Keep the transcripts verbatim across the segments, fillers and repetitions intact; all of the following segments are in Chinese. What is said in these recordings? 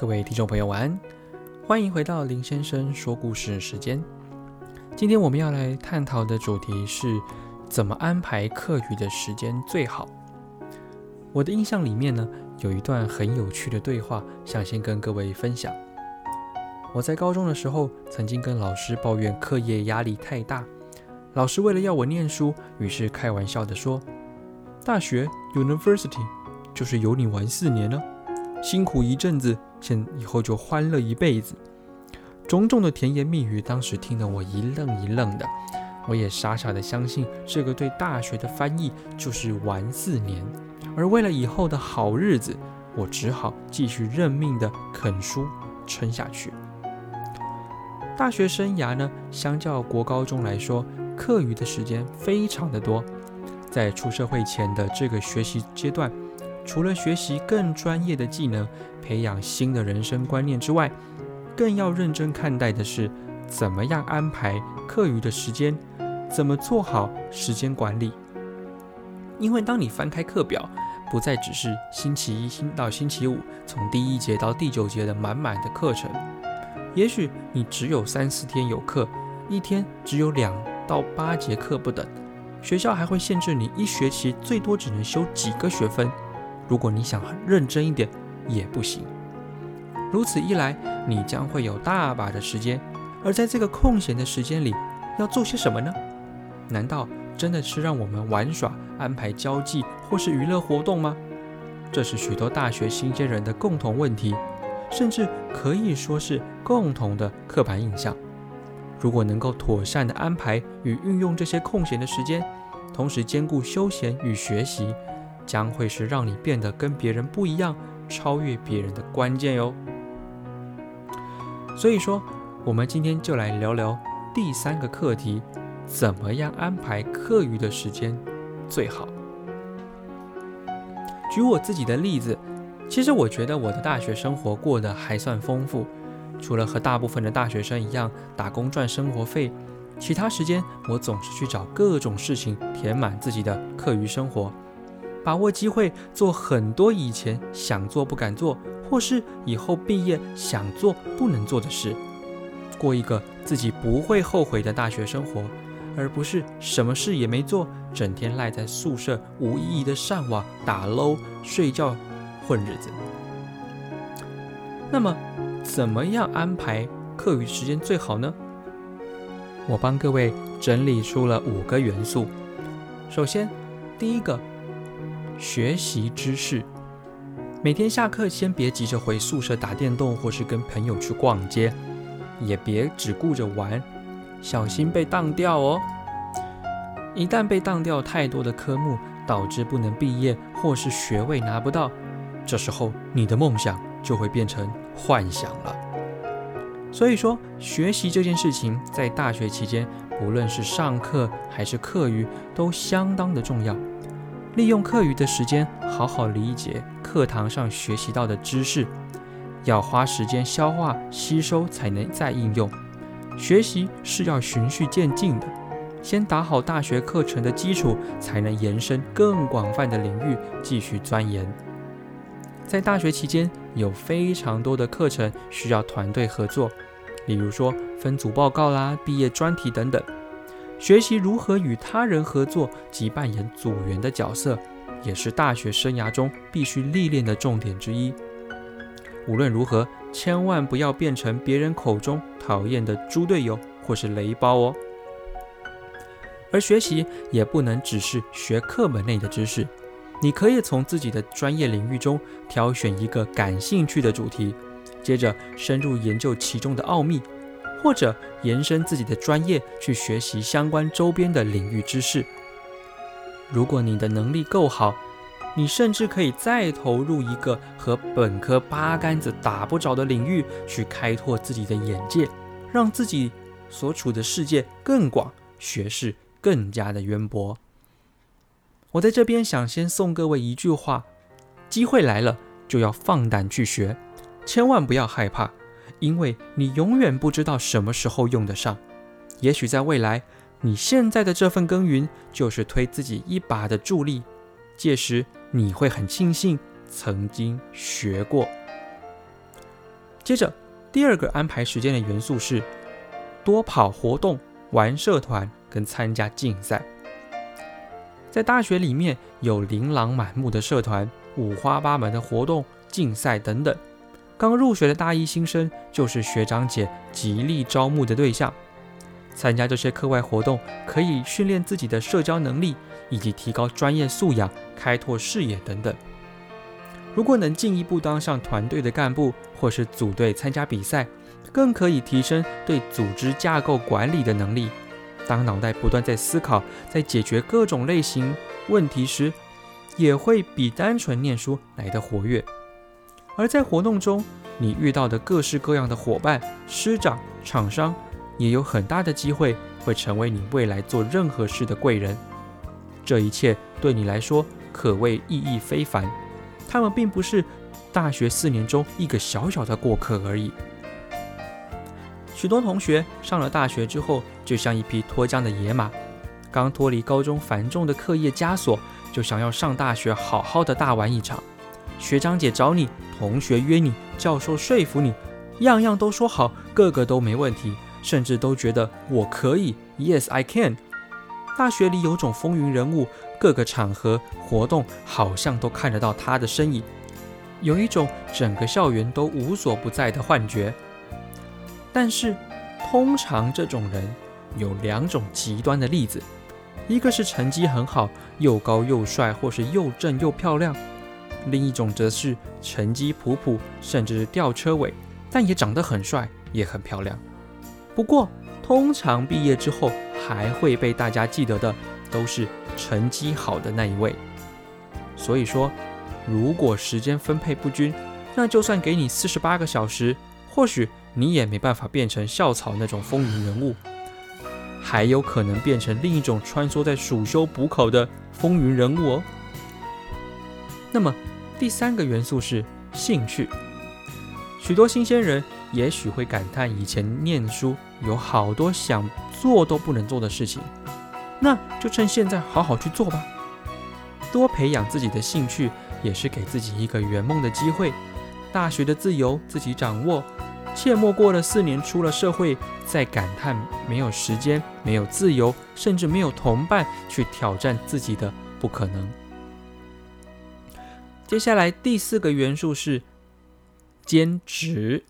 各位听众朋友晚安，欢迎回到林先生说故事时间。今天我们要来探讨的主题是怎么安排课余的时间最好。我的印象里面呢，有一段很有趣的对话，想先跟各位分享。我在高中的时候，曾经跟老师抱怨课业压力太大，老师为了要我念书，于是开玩笑的说，大学 University 就是有你玩四年了，辛苦一阵子，现以后就欢乐一辈子。种种的甜言蜜语，当时听得我一愣一愣的，我也傻傻的相信这个对大学的翻译就是玩四年。而为了以后的好日子，我只好继续认命的啃书撑下去。大学生涯呢，相较国高中来说，课余的时间非常的多。在出社会前的这个学习阶段，除了学习更专业的技能，培养新的人生观念之外，更要认真看待的是怎么样安排课余的时间，怎么做好时间管理。因为当你翻开课表，不再只是星期一到星期五，从第一节到第九节的满满的课程，也许你只有三四天有课，一天只有两到八节课不等。学校还会限制你一学期最多只能修几个学分，如果你想认真一点也不行。如此一来，你将会有大把的时间，而在这个空闲的时间里要做些什么呢？难道真的是让我们玩耍、安排交际或是娱乐活动吗？这是许多大学新鲜人的共同问题，甚至可以说是共同的刻板印象。如果能够妥善的安排与运用这些空闲的时间，同时兼顾休闲与学习，将会是让你变得跟别人不一样、超越别人的关键哟。所以说，我们今天就来聊聊第三个课题，怎么样安排课余的时间最好。举我自己的例子，其实我觉得我的大学生活过得还算丰富，除了和大部分的大学生一样打工赚生活费，其他时间我总是去找各种事情填满自己的课余生活，把握机会做很多以前想做不敢做，或是以后毕业想做不能做的事，过一个自己不会后悔的大学生活，而不是什么事也没做，整天赖在宿舍无意义的上网打 L O 睡觉混日子。那么怎么样安排课余时间最好呢？我帮各位整理出了五个元素。首先，第一个，学习知识。每天下课先别急着回宿舍打电动，或是跟朋友去逛街，也别只顾着玩，小心被当掉哦。一旦被当掉太多的科目，导致不能毕业或是学位拿不到，这时候你的梦想就会变成幻想了。所以说，学习这件事情在大学期间，不论是上课还是课余，都相当的重要。利用课余的时间，好好理解课堂上学习到的知识，要花时间消化吸收，才能再应用。学习是要循序渐进的，先打好大学课程的基础，才能延伸更广泛的领域继续钻研。在大学期间，有非常多的课程需要团队合作，例如说分组报告啦、毕业专题等等。学习如何与他人合作及扮演组员的角色，也是大学生涯中必须历练的重点之一。无论如何，千万不要变成别人口中讨厌的猪队友或是雷包哦。而学习也不能只是学课本内的知识，你可以从自己的专业领域中挑选一个感兴趣的主题，接着深入研究其中的奥秘，或者延伸自己的专业去学习相关周边的领域知识。如果你的能力够好，你甚至可以再投入一个和本科八竿子打不着的领域，去开拓自己的眼界，让自己所处的世界更广，学识更加的渊博。我在这边想先送各位一句话，机会来了就要放胆去学，千万不要害怕，因为你永远不知道什么时候用得上。也许在未来，你现在的这份耕耘就是推自己一把的助力，届时你会很庆幸曾经学过。 接着，第二个安排时间的元素是多跑活动、玩社团跟参加竞赛。在大学里面有琳琅满目的社团、五花八门的活动、竞赛等等。刚入学的大一新生就是学长姐极力招募的对象。参加这些课外活动可以训练自己的社交能力，以及提高专业素养、开拓视野等等。如果能进一步当上团队的干部或是组队参加比赛，更可以提升对组织架构管理的能力。当脑袋不断在思考，在解决各种类型问题时，也会比单纯念书来得活跃。而在活动中，你遇到的各式各样的伙伴、师长、厂商，也有很大的机会会成为你未来做任何事的贵人。这一切对你来说可谓意义非凡，他们并不是大学四年中一个小小的过客而已。许多同学上了大学之后，就像一匹脱缰的野马，刚脱离高中繁重的课业枷锁，就想要上大学好好的大玩一场。学长姐找你，同学约你，教授说服你，样样都说好，个个都没问题，甚至都觉得我可以 Yes I can。 大学里有种风云人物，各个场合活动好像都看得到他的身影，有一种整个校园都无所不在的幻觉。但是通常这种人有两种极端的例子，一个是成绩很好，又高又帅，或是又正又漂亮；另一种则是成绩普普，甚至是吊车尾，但也长得很帅，也很漂亮。不过通常毕业之后还会被大家记得的都是成绩好的那一位。所以说，如果时间分配不均，那就算给你四十八个小时，或许你也没办法变成校草那种风云人物，还有可能变成另一种穿梭在暑修补考的风云人物哦。那么第三个元素是兴趣。许多新鲜人也许会感叹以前念书有好多想做都不能做的事情，那就趁现在好好去做吧。多培养自己的兴趣，也是给自己一个圆梦的机会。大学的自由自己掌握，切莫过了四年出了社会，再感叹没有时间、没有自由，甚至没有同伴去挑战自己的不可能。接下来第四个元素是兼职。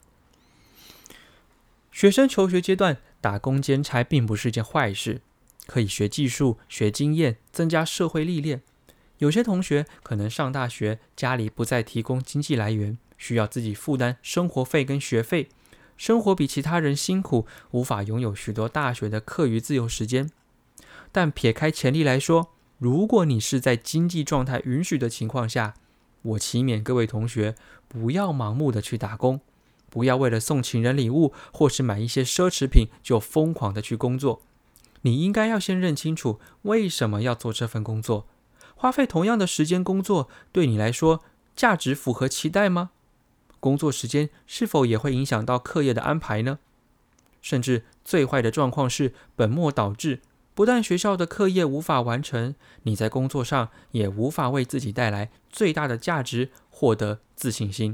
学生求学阶段打工兼差并不是件坏事，可以学技术、学经验，增加社会历练。有些同学可能上大学，家里不再提供经济来源，需要自己负担生活费跟学费，生活比其他人辛苦，无法拥有许多大学的课余自由时间。但撇开潜力来说，如果你是在经济状态允许的情况下，我祈勉各位同学不要盲目的去打工，不要为了送情人礼物或是买一些奢侈品就疯狂的去工作。你应该要先认清楚为什么要做这份工作，花费同样的时间工作，对你来说价值符合期待吗？工作时间是否也会影响到课业的安排呢？甚至最坏的状况是本末倒置，不但学校的课业无法完成，你在工作上也无法为自己带来最大的价值，获得自信心。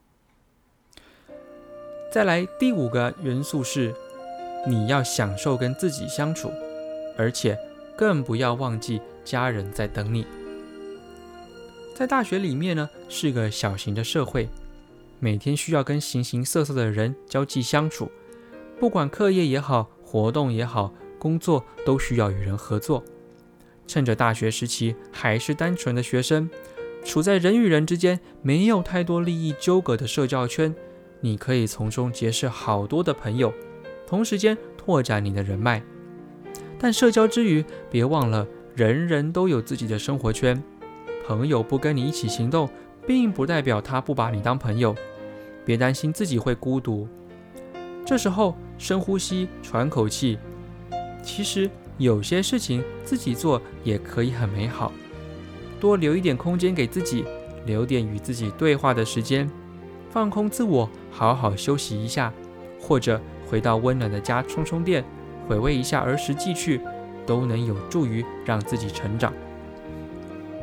再来第五个元素是，你要享受跟自己相处，而且更不要忘记家人在等你。在大学里面呢，是个小型的社会，每天需要跟形形色色的人交际相处，不管课业也好，活动也好，工作都需要与人合作。趁着大学时期还是单纯的学生，处在人与人之间没有太多利益纠葛的社交圈，你可以从中结识好多的朋友，同时间拓展你的人脉。但社交之余，别忘了人人都有自己的生活圈，朋友不跟你一起行动，并不代表他不把你当朋友，别担心自己会孤独。这时候深呼吸，喘口气，其实有些事情自己做也可以很美好。多留一点空间给自己，留点与自己对话的时间，放空自我，好好休息一下，或者回到温暖的家充充电，回味一下儿时记趣，都能有助于让自己成长。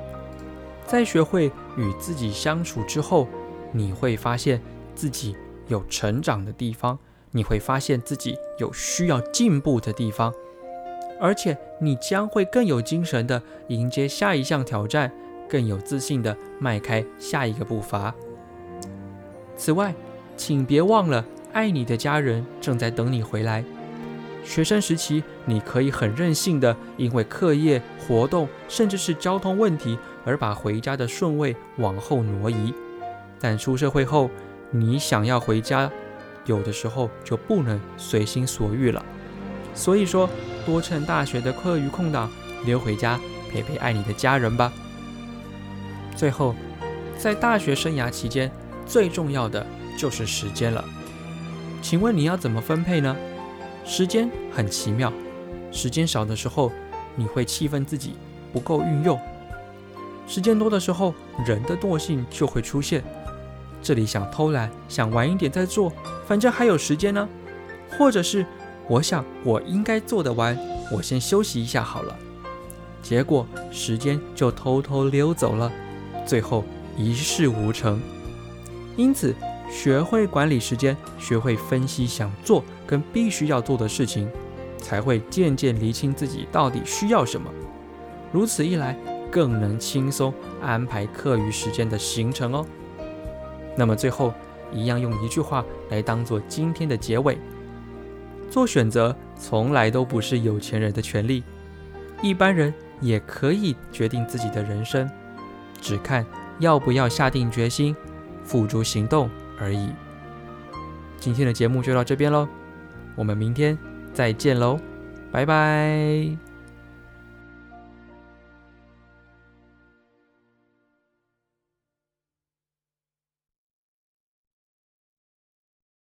在学会与自己相处之后，你会发现自己有成长的地方，你会发现自己有需要进步的地方，而且你将会更有精神的迎接下一项挑战，更有自信的迈开下一个步伐。此外，请别忘了，爱你的家人正在等你回来。学生时期，你可以很任性的因为课业、活动，甚至是交通问题而把回家的顺位往后挪移。但出社会后，你想要回家，有的时候就不能随心所欲了。所以说，多趁大学的课余空档溜回家陪陪爱你的家人吧。最后，在大学生涯期间，最重要的就是时间了。请问你要怎么分配呢？时间很奇妙，时间少的时候，你会气愤自己不够运用；时间多的时候，人的惰性就会出现。这里想偷懒，想晚一点再做，反正还有时间呢。或者是我想我应该做得完，我先休息一下好了。结果时间就偷偷溜走了，最后一事无成。因此，学会管理时间，学会分析想做跟必须要做的事情，才会渐渐厘清自己到底需要什么。如此一来，更能轻松安排课余时间的行程哦。那么最后，一样用一句话来当做今天的结尾：做选择从来都不是有钱人的权利，一般人也可以决定自己的人生，只看要不要下定决心付诸行动而已。今天的节目就到这边咯，我们明天再见咯，拜拜。